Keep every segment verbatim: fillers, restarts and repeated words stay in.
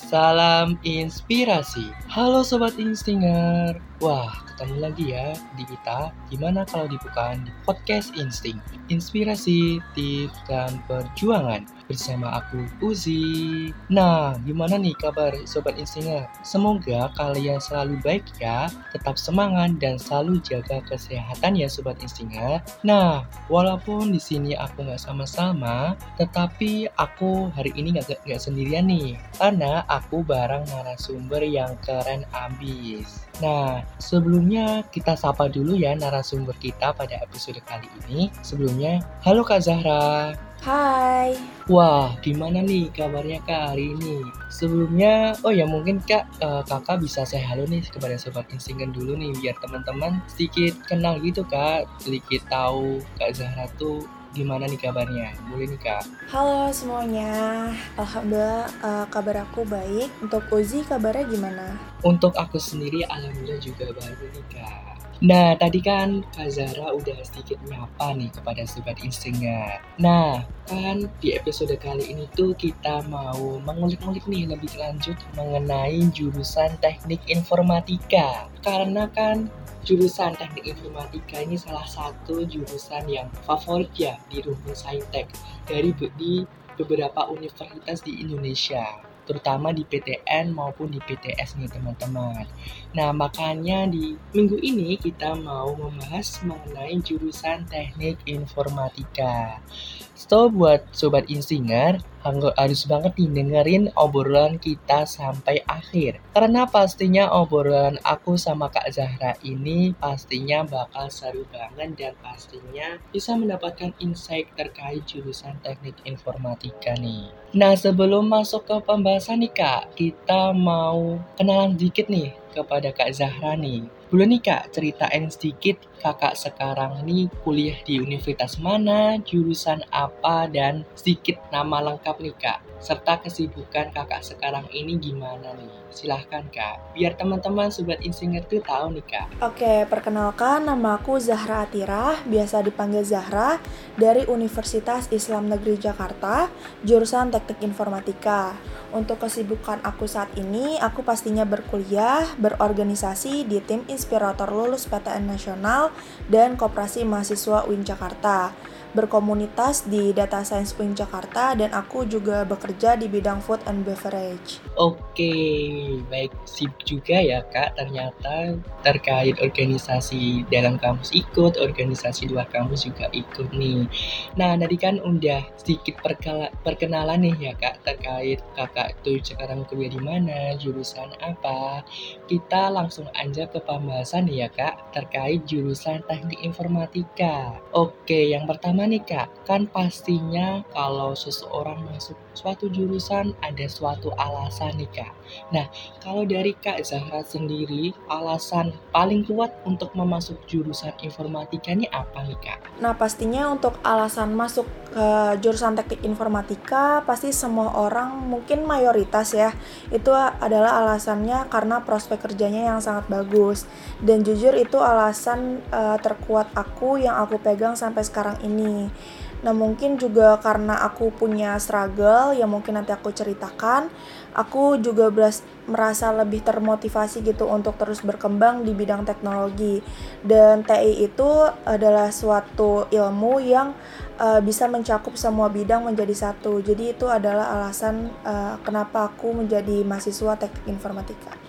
Salam inspirasi. Halo Sobat Instinger. Wah, ketemu lagi ya di kita. Gimana kalau dibukaan di podcast Insting? Inspirasi, tips, dan perjuangan. Bersama aku, Uzi. Nah, gimana nih kabar Sobat Instinger? Semoga kalian selalu baik ya. Tetap semangat dan selalu jaga kesehatan ya Sobat Instinger. Nah, walaupun di sini aku nggak sama-sama, tetapi aku hari ini nggak nggak sendirian nih, karena aku bareng narasumber yang keren abis. Nah, sebelumnya kita sapa dulu ya narasumber kita pada episode kali ini. Sebelumnya, halo Kak Zahra. Hai. Wah, gimana nih kabarnya Kak hari ini? Sebelumnya, oh ya mungkin Kak, uh, Kakak bisa say halo nih kepada Sobat Instinger dulu nih, biar teman-teman sedikit kenal gitu Kak, sedikit tahu Kak Zahra tuh gimana nih kabarnya? Boleh nih Kak? Halo semuanya, Alhamdulillah uh, kabar aku baik. Untuk Uzi kabarnya gimana? Untuk aku sendiri Alhamdulillah juga baik nih Kak. Nah, tadi kan Kak Zahra udah sedikit nyapa nih kepada Sobat Instinger. Nah, kan di episode kali ini tuh kita mau mengulik-ngulik nih lebih lanjut mengenai jurusan teknik informatika. Karena kan jurusan teknik informatika ini salah satu jurusan yang favorit ya di rumpun saintek dari di beberapa universitas di Indonesia, terutama di P T N maupun di P T S nih teman-teman. Nah, makanya di minggu ini kita mau membahas mengenai jurusan teknik informatika. So, buat Sobat Instinger, harus banget nih dengerin obrolan kita sampai akhir. Karena pastinya obrolan aku sama Kak Zahra ini pastinya bakal seru banget dan pastinya bisa mendapatkan insight terkait jurusan teknik informatika nih. Nah, sebelum masuk ke pembahasan nih Kak, kita mau kenalan dikit nih kepada Kak Zahra nih. Boleh nih Kak, ceritain sedikit Kakak sekarang nih kuliah di universitas mana, jurusan apa, dan sedikit nama lengkap nih Kak. Serta kesibukan Kakak sekarang ini gimana nih? Silahkan Kak, biar teman-teman Sobat Instinger tuh tahu nih Kak. Oke, perkenalkan nama aku Zahra Atirah, biasa dipanggil Zahra, dari Universitas Islam Negeri Jakarta, jurusan Teknik Informatika. Untuk kesibukan aku saat ini, aku pastinya berkuliah, berorganisasi di tim inspirator lulus P T N Nasional dan Koperasi Mahasiswa U I N Jakarta, berkomunitas di Data Science U I N Jakarta, dan aku juga bekerja di bidang food and beverage. Oke, baik, sibuk juga ya Kak, ternyata terkait organisasi dalam kampus ikut, organisasi luar kampus juga ikut nih. Nah, tadi kan udah sedikit perkala, perkenalan nih ya Kak, terkait Kakak tuh sekarang kuliah di mana, jurusan apa. Kita langsung aja ke pembahasan nih ya Kak, terkait jurusan teknik informatika. Oke, yang pertama nih Kak, kan pastinya kalau seseorang masuk suatu jurusan ada suatu alasan nih Kak. Nah, kalau dari Kak Zahra sendiri, alasan paling kuat untuk memasuk jurusan informatika ini apa nih Kak? Nah, pastinya untuk alasan masuk ke jurusan teknik informatika, pasti semua orang, mungkin mayoritas ya, itu adalah alasannya karena prospek kerjanya yang sangat bagus. Dan jujur itu alasan uh, terkuat aku yang aku pegang sampai sekarang ini. Nah, mungkin juga karena aku punya struggle yang mungkin nanti aku ceritakan, aku juga beras, merasa lebih termotivasi gitu untuk terus berkembang di bidang teknologi. Dan T I itu adalah suatu ilmu yang uh, bisa mencakup semua bidang menjadi satu. Jadi itu adalah alasan uh, kenapa aku menjadi mahasiswa teknik informatika.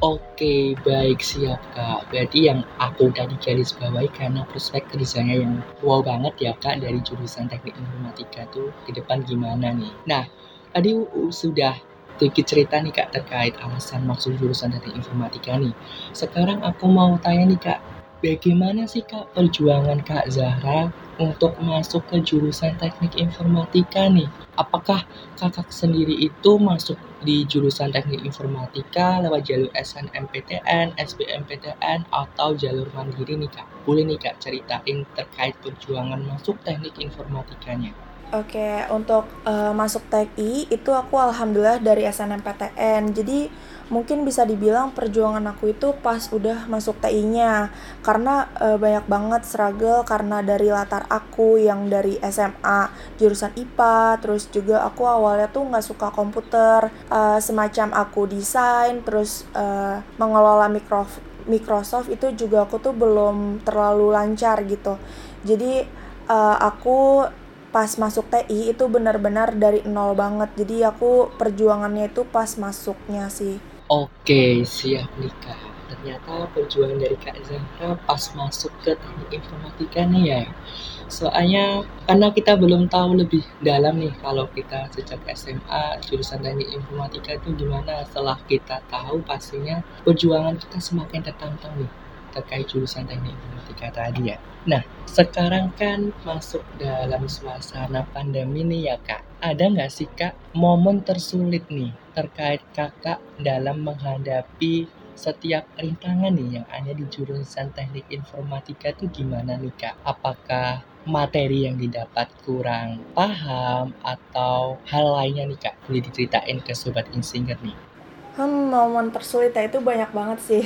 Oke, baik, siap Kak. Berarti yang aku tadi garis bawahi karena prospek kerjanya yang wow banget ya Kak dari jurusan teknik informatika tuh ke depan gimana nih. Nah, tadi uh, sudah sedikit cerita nih Kak terkait alasan masuk jurusan teknik informatika nih. Sekarang aku mau tanya nih Kak, bagaimana sih Kak perjuangan Kak Zahra untuk masuk ke jurusan teknik informatika nih? Apakah Kakak sendiri itu masuk di jurusan teknik informatika lewat jalur S N M P T N, S B M P T N, atau jalur mandiri nih Kak? Boleh nih Kak ceritain terkait perjuangan masuk teknik informatikanya. Oke, untuk uh, masuk T I itu aku alhamdulillah dari S N M P T N. Jadi mungkin bisa dibilang perjuangan aku itu pas udah masuk T I-nya. karena uh, banyak banget struggle karena dari latar aku yang dari S M A jurusan I P A, terus juga aku awalnya tuh nggak suka komputer, uh, semacam aku desain, terus uh, mengelola mikro Microsoft itu juga aku tuh belum terlalu lancar gitu. Jadi uh, aku pas masuk T I itu benar-benar dari nol banget. Jadi aku perjuangannya itu pas masuknya sih. Oke, siap nih Kak. Ternyata perjuangan dari Kak Zahra pas masuk ke teknik informatika nih ya. Soalnya karena kita belum tahu lebih dalam nih kalau kita sejak S M A jurusan teknik informatika itu gimana. Setelah kita tahu pastinya perjuangan kita semakin tertantang nih terkait jurusan teknik informatika tadi ya. Nah, sekarang kan masuk dalam suasana pandemi nih ya Kak. Ada nggak sih Kak momen tersulit nih terkait Kakak dalam menghadapi setiap rintangan nih yang ada di jurusan teknik informatika itu gimana nih Kak? Apakah materi yang didapat kurang paham atau hal lainnya nih Kak? Boleh diceritain ke Sobat Insinger nih. Hmm, momen tersulit ya itu banyak banget sih.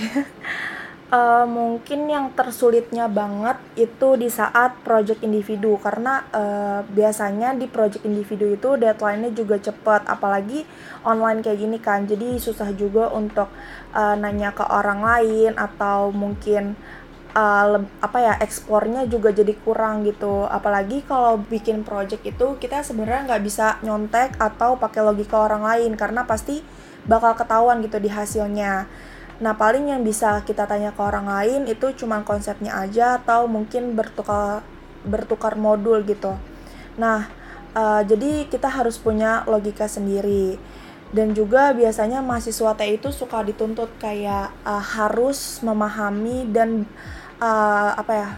Uh, mungkin yang tersulitnya banget itu di saat project individu, karena uh, biasanya di project individu itu deadline-nya juga cepat, apalagi online kayak gini kan, jadi susah juga untuk uh, nanya ke orang lain atau mungkin uh, leb- apa ya ekspornya juga jadi kurang gitu, apalagi kalau bikin project itu kita sebenarnya nggak bisa nyontek atau pakai logika orang lain karena pasti bakal ketahuan gitu di hasilnya. Nah, paling yang bisa kita tanya ke orang lain itu cuma konsepnya aja atau mungkin bertukar bertukar modul gitu. Nah, uh, jadi kita harus punya logika sendiri. Dan juga biasanya mahasiswa T I itu suka dituntut kayak uh, harus memahami dan uh, apa ya,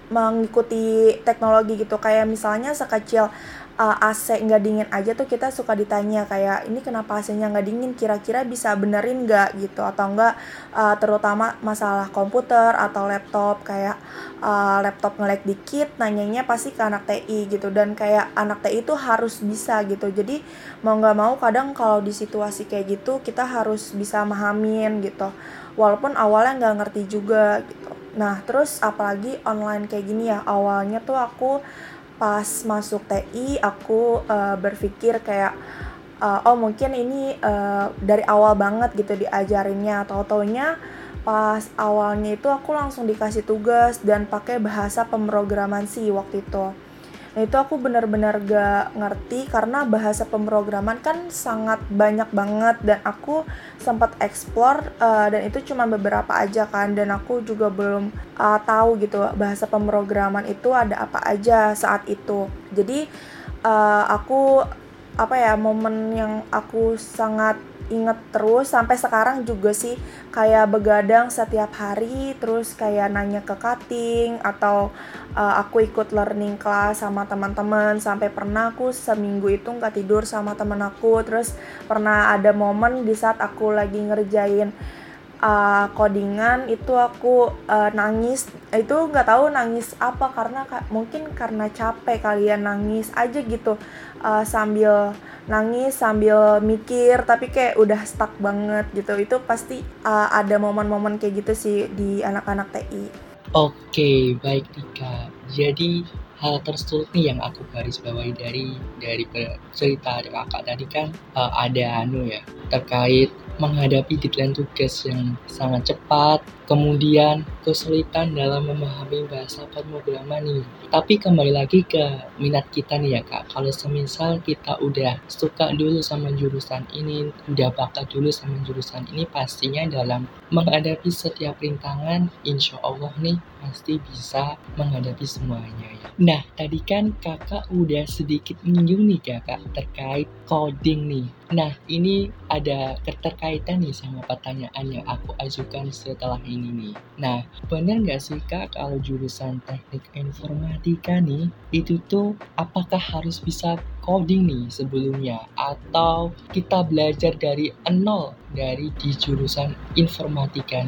mengikuti teknologi gitu. Kayak misalnya sekecil uh, A C nggak dingin aja tuh kita suka ditanya kayak ini kenapa A C-nya nggak dingin, kira-kira bisa benerin nggak gitu, atau enggak uh, terutama masalah komputer atau laptop kayak uh, laptop nge-lag dikit nanyanya pasti ke anak T I gitu, dan kayak anak T I itu harus bisa gitu. Jadi mau nggak mau kadang kalau di situasi kayak gitu kita harus bisa mahamin gitu walaupun awalnya nggak ngerti juga gitu. Nah terus apalagi online kayak gini ya, awalnya tuh aku pas masuk T I aku uh, berpikir kayak uh, oh mungkin ini uh, dari awal banget gitu diajarinnya, atau taunya pas awalnya itu aku langsung dikasih tugas dan pakai bahasa pemrograman sih waktu itu. Nah itu aku benar-benar gak ngerti karena bahasa pemrograman kan sangat banyak banget dan aku sempat explore uh, dan itu cuma beberapa aja kan, dan aku juga belum uh, tahu gitu bahasa pemrograman itu ada apa aja saat itu. Jadi uh, aku apa ya momen yang aku sangat inget terus sampai sekarang juga sih, kayak begadang setiap hari terus kayak nanya ke cutting atau uh, aku ikut learning class sama teman-teman sampai pernah aku seminggu itu nggak tidur sama teman aku. Terus pernah ada momen di saat aku lagi ngerjain uh, codingan itu aku uh, nangis, itu nggak tahu nangis apa karena mungkin karena capek kalian nangis aja gitu, uh, sambil nangis sambil mikir tapi kayak udah stuck banget gitu. Itu pasti uh, ada momen-momen kayak gitu sih di anak-anak T I. Oke, baik Tika. Jadi hal tersulit nih yang aku garis bawahi dari dari cerita dari kakak tadi kan uh, ada anu ya terkait menghadapi deadline tugas yang sangat cepat, kemudian kesulitan dalam memahami bahasa pemrograman nih. Tapi kembali lagi ke minat kita nih ya Kak, kalau semisal kita udah suka dulu sama jurusan ini, udah bakat dulu sama jurusan ini, pastinya dalam menghadapi setiap rintangan, insya Allah nih pasti bisa menghadapi semuanya ya. Nah, tadi kan kakak udah sedikit menyinggung nih kakak terkait coding nih. Nah, ini ada keterkaitan nih sama pertanyaan yang aku ajukan setelah ini nih. Nah, benar nggak sih kak kalau jurusan teknik informatika nih, itu tuh apakah harus bisa coding nih sebelumnya? Atau kita belajar dari nol dari di jurusan informatika nih kak?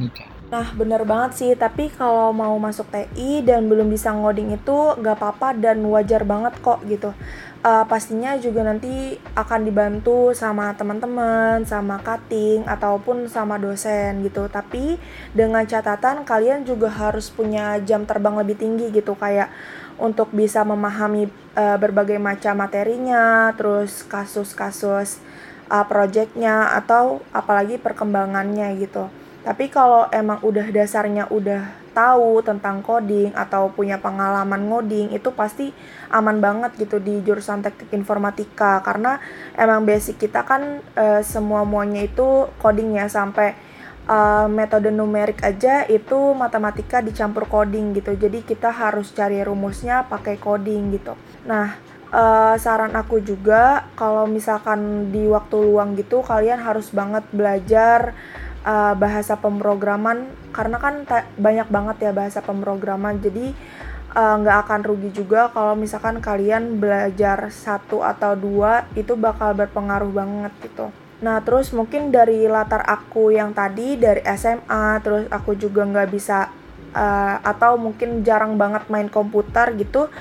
Nah, bener banget sih, tapi kalau mau masuk T I dan belum bisa ngoding itu nggak apa-apa dan wajar banget kok gitu. Eh, pastinya juga nanti akan dibantu sama teman-teman, sama cutting, ataupun sama dosen gitu. Tapi dengan catatan kalian juga harus punya jam terbang lebih tinggi gitu, kayak untuk bisa memahami eh, berbagai macam materinya, terus kasus-kasus uh, projectnya atau apalagi perkembangannya gitu. Tapi kalau emang udah dasarnya udah tahu tentang coding atau punya pengalaman ngoding, itu pasti aman banget gitu di jurusan teknik informatika, karena emang basic kita kan uh, semua muanya itu coding ya, sampai uh, metode numerik aja itu matematika dicampur coding gitu. Jadi kita harus cari rumusnya pakai coding gitu. Nah, Uh, saran aku juga kalau misalkan di waktu luang gitu kalian harus banget belajar uh, bahasa pemrograman, karena kan ta- banyak banget ya bahasa pemrograman. Jadi uh, nggak akan rugi juga kalau misalkan kalian belajar satu atau dua, itu bakal berpengaruh banget gitu. Nah, terus mungkin dari latar aku yang tadi dari S M A, terus aku juga nggak bisa uh, atau mungkin jarang banget main komputer gitu.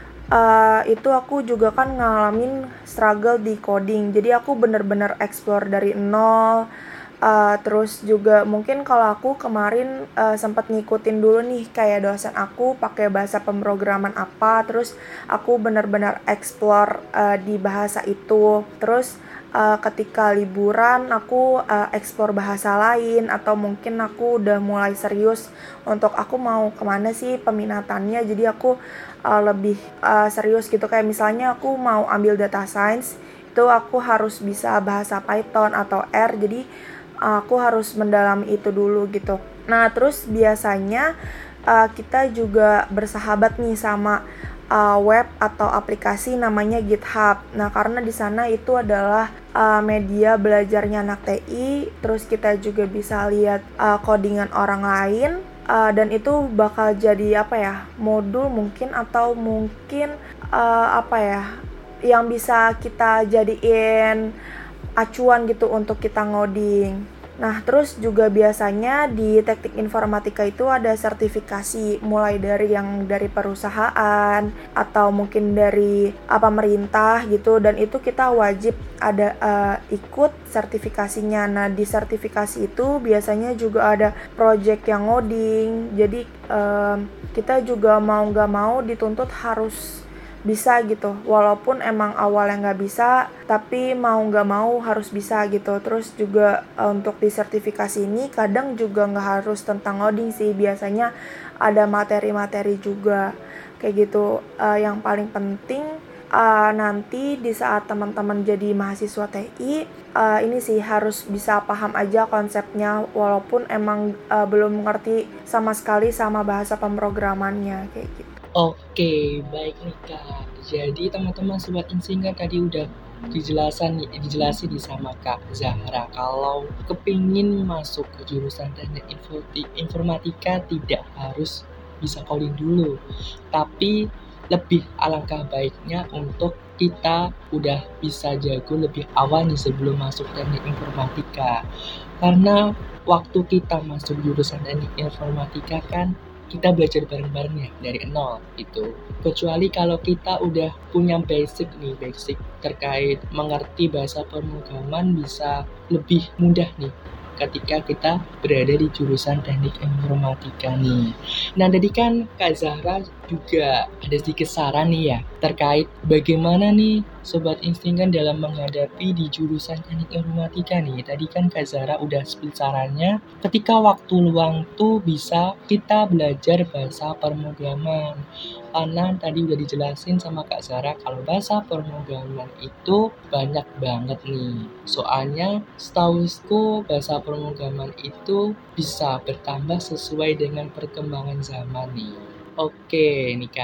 Uh, itu aku juga kan ngalamin struggle di coding, jadi aku bener-bener explore dari nol. Uh, terus juga mungkin kalau aku kemarin uh, sempat ngikutin dulu nih kayak dosen aku pakai bahasa pemrograman apa, terus aku bener-bener explore uh, di bahasa itu. Terus uh, ketika liburan aku uh, explore bahasa lain, atau mungkin aku udah mulai serius untuk aku mau kemana sih peminatannya, jadi aku uh, lebih uh, serius gitu. Kayak misalnya aku mau ambil data science, itu aku harus bisa bahasa Python atau R, jadi uh, aku harus mendalami itu dulu gitu. Nah, terus biasanya uh, kita juga bersahabat nih sama uh, web atau aplikasi namanya GitHub. Nah, karena di sana itu adalah uh, media belajarnya anak T I, terus kita juga bisa lihat uh, codingan orang lain. Uh, dan itu bakal jadi apa ya, modul mungkin, atau mungkin uh, apa ya, yang bisa kita jadiin acuan gitu untuk kita ngoding. Nah, terus juga biasanya di teknik informatika itu ada sertifikasi, mulai dari yang dari perusahaan atau mungkin dari apa pemerintah gitu, dan itu kita wajib ada uh, ikut sertifikasinya. Nah, di sertifikasi itu biasanya juga ada project yang ngoding, jadi uh, kita juga mau gak mau dituntut harus bisa gitu, walaupun emang awalnya nggak bisa, tapi mau nggak mau harus bisa gitu. Terus juga uh, untuk di sertifikasi ini kadang juga nggak harus tentang coding sih, biasanya ada materi-materi juga kayak gitu. Uh, yang paling penting uh, nanti di saat teman-teman jadi mahasiswa T I, uh, ini sih harus bisa paham aja konsepnya, walaupun emang uh, belum ngerti sama sekali sama bahasa pemrogramannya kayak gitu. Oke, baik nih Kak. Jadi teman-teman sobat insinger tadi udah dijelasan nih, dijelasin di sama Kak Zahra kalau kepingin masuk ke jurusan teknik informatika tidak harus bisa coding dulu, tapi lebih alangkah baiknya untuk kita udah bisa jago lebih awal nih sebelum masuk teknik informatika. Karena waktu kita masuk jurusan teknik informatika kan kita belajar bareng-bareng ya dari nol gitu. Kecuali kalau kita udah punya basic nih, basic terkait mengerti bahasa pemrograman bisa lebih mudah nih ketika kita berada di jurusan teknik informatika nih. Nah, tadi kan Kak Zahra juga ada sedikit saran nih ya terkait bagaimana nih Sobat Instingan dalam menghadapi di jurusan teknik informatika nih. Tadi kan Kak Zahra udah spill sarannya, ketika waktu luang tuh bisa kita belajar bahasa pemrograman. Karena tadi udah dijelasin sama Kak Zahra kalau bahasa pemrograman itu banyak banget nih. Soalnya setahuku bahasa pemrograman itu bisa bertambah sesuai dengan perkembangan zaman nih. Oke nih Kak.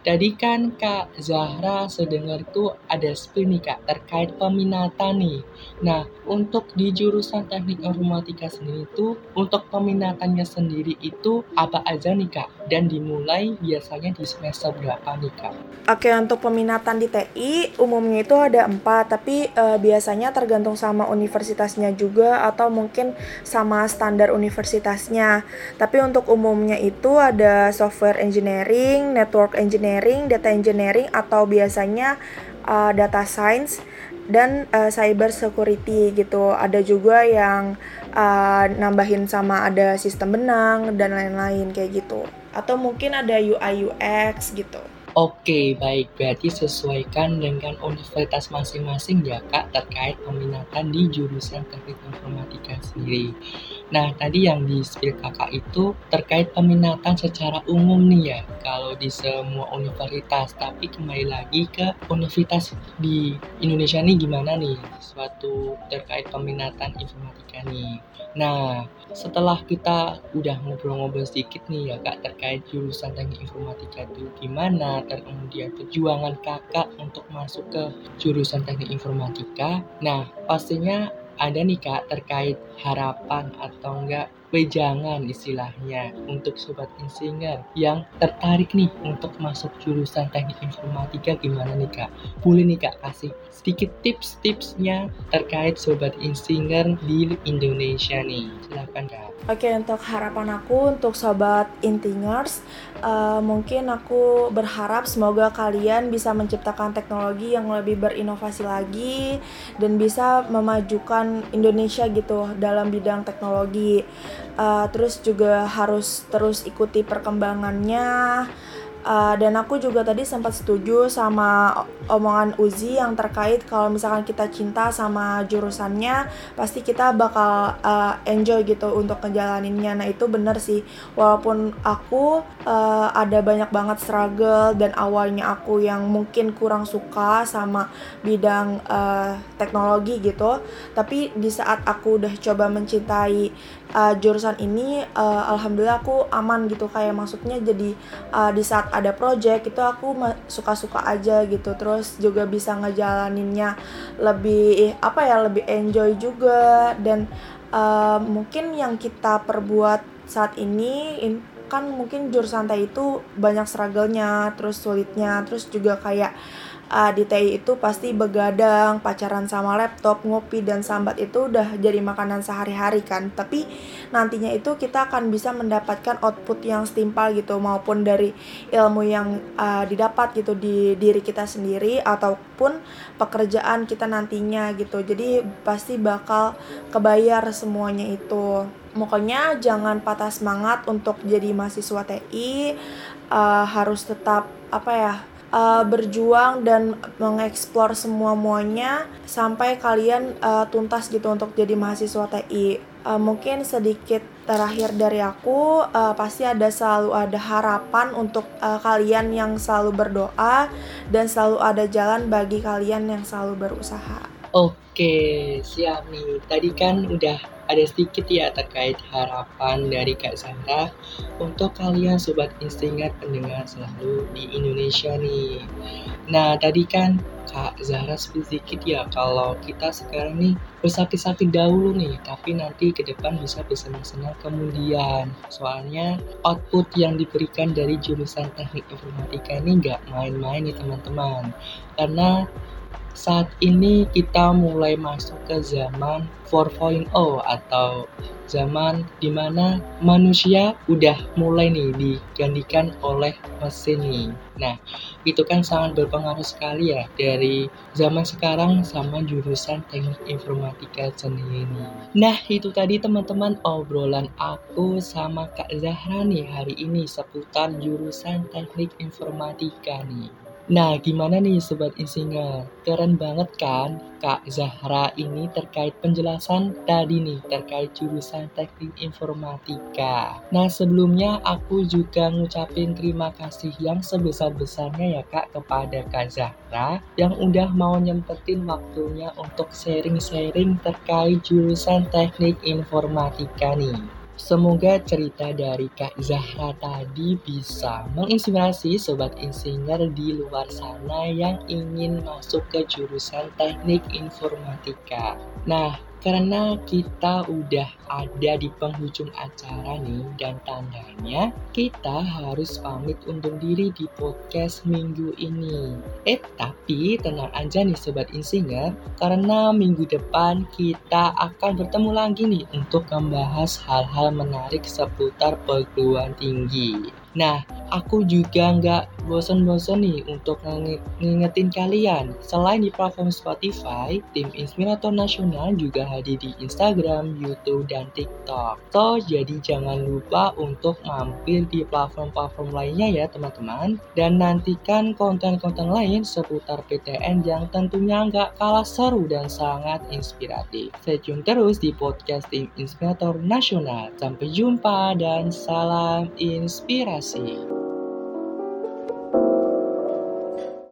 Tadi kan Kak Zahra sedengar tuh ada spill nih Kak terkait peminatan nih. Nah, untuk di jurusan Teknik Informatika sendiri tuh untuk peminatannya sendiri itu apa aja nih Kak? Dan dimulai biasanya di semester berapa nih Kak? Oke, untuk peminatan di T I umumnya itu ada empat, tapi uh, biasanya tergantung sama universitasnya juga atau mungkin sama standar universitasnya. Tapi untuk umumnya itu ada software engineering, network engineering, data engineering, atau biasanya uh, data science dan uh, cyber security gitu. Ada juga yang uh, nambahin sama ada sistem benang dan lain-lain kayak gitu. Atau mungkin ada U I U X gitu. Oke, baik. Berarti sesuaikan dengan universitas masing-masing ya, Kak, terkait peminatan di jurusan Teknik Informatika sendiri. Nah, tadi yang di-spill Kakak itu terkait peminatan secara umum nih ya, kalau di semua universitas. Tapi kembali lagi ke universitas di Indonesia nih gimana nih, suatu terkait peminatan informatika nih. Nah, setelah kita udah ngobrol-ngobrol sedikit nih ya Kak terkait jurusan Teknik Informatika itu gimana, terus kemudian perjuangan Kakak untuk masuk ke jurusan Teknik Informatika. Nah, pastinya ada nih Kak terkait harapan atau enggak wejangan istilahnya untuk sobat insinyur yang tertarik nih untuk masuk jurusan Teknik Informatika gimana nih Kak? Boleh nih Kak kasih sedikit tips-tipsnya terkait sobat insinyur di Indonesia nih. Silakan Kak. Oke, untuk harapan aku untuk sobat intingers, uh, mungkin aku berharap semoga kalian bisa menciptakan teknologi yang lebih berinovasi lagi dan bisa memajukan Indonesia gitu dalam bidang teknologi. Uh, terus juga harus terus ikuti perkembangannya. Uh, dan aku juga tadi sempat setuju sama omongan Uzi yang terkait kalau misalkan kita cinta sama jurusannya pasti kita bakal uh, enjoy gitu untuk ngejalaninnya. Nah itu bener sih, walaupun aku uh, ada banyak banget struggle dan awalnya aku yang mungkin kurang suka sama bidang uh, teknologi gitu, tapi di saat aku udah coba mencintai uh, jurusan ini, uh, alhamdulillah aku aman gitu, kayak maksudnya jadi uh, di saat ada project itu aku suka-suka aja gitu, terus juga bisa ngejalaninnya lebih apa ya lebih enjoy juga. Dan uh, mungkin yang kita perbuat saat ini in, kan mungkin jurusan T I itu banyak struggle-nya, terus sulitnya, terus juga kayak Uh, di T I itu pasti begadang, pacaran sama laptop, ngopi dan sambat itu udah jadi makanan sehari-hari kan. Tapi nantinya itu kita akan bisa mendapatkan output yang setimpal gitu, maupun dari ilmu yang uh, didapat gitu di diri kita sendiri ataupun pekerjaan kita nantinya gitu. Jadi pasti bakal kebayar semuanya itu. Pokoknya jangan patah semangat untuk jadi mahasiswa T I, uh, harus tetap apa ya Uh, berjuang dan mengeksplor semua-muanya sampai kalian uh, tuntas gitu untuk jadi mahasiswa T I. Uh, mungkin sedikit terakhir dari aku, uh, pasti ada selalu ada harapan untuk uh, kalian yang selalu berdoa dan selalu ada jalan bagi kalian yang selalu berusaha. Oke, siap nih. Tadi kan udah ada sedikit ya terkait harapan dari Kak Zahra untuk kalian sobat insinyur pendengar selalu di Indonesia nih. Nah, tadi kan Kak Zahra sedikit ya kalau kita sekarang nih bersakit-sakit dahulu nih, tapi nanti ke depan bisa bersenang-senang kemudian. Soalnya output yang diberikan dari jurusan Teknik Informatika ini nggak main-main nih teman-teman. Karena saat ini kita mulai masuk ke zaman empat titik nol atau zaman dimana manusia udah mulai nih digantikan oleh mesin nih. Nah, itu kan sangat berpengaruh sekali ya dari zaman sekarang sama jurusan Teknik Informatika sendiri nih. Nah, itu tadi teman-teman obrolan aku sama Kak Zahra nih hari ini seputar jurusan Teknik Informatika nih. Nah, gimana nih Sobat Insinyur? Keren banget kan Kak Zahra ini terkait penjelasan tadi nih terkait jurusan Teknik Informatika. Nah, sebelumnya aku juga ngucapin terima kasih yang sebesar-besarnya ya Kak kepada Kak Zahra yang udah mau nyempetin waktunya untuk sharing-sharing terkait jurusan Teknik Informatika nih. Semoga cerita dari Kak Zahra tadi bisa menginspirasi Sobat Insinyur di luar sana yang ingin masuk ke jurusan teknik informatika. Nah, karena kita udah ada di penghujung acara nih dan tandanya kita harus pamit undur diri di podcast minggu ini. Eh, tapi tenang aja nih Sobat Insinyur, karena minggu depan kita akan bertemu lagi nih untuk membahas hal-hal menarik seputar perguruan tinggi. Nah, aku juga nggak bosan-bosan nih untuk nge- ngingetin kalian. Selain di platform Spotify, tim Inspirator Nasional juga hadir di Instagram, YouTube, dan TikTok. So, jadi jangan lupa untuk mampir di platform-platform lainnya ya teman-teman. Dan nantikan konten-konten lain seputar P T N yang tentunya nggak kalah seru dan sangat inspiratif. Stay tune terus di podcast tim Inspirator Nasional. Sampai jumpa dan salam inspirasi.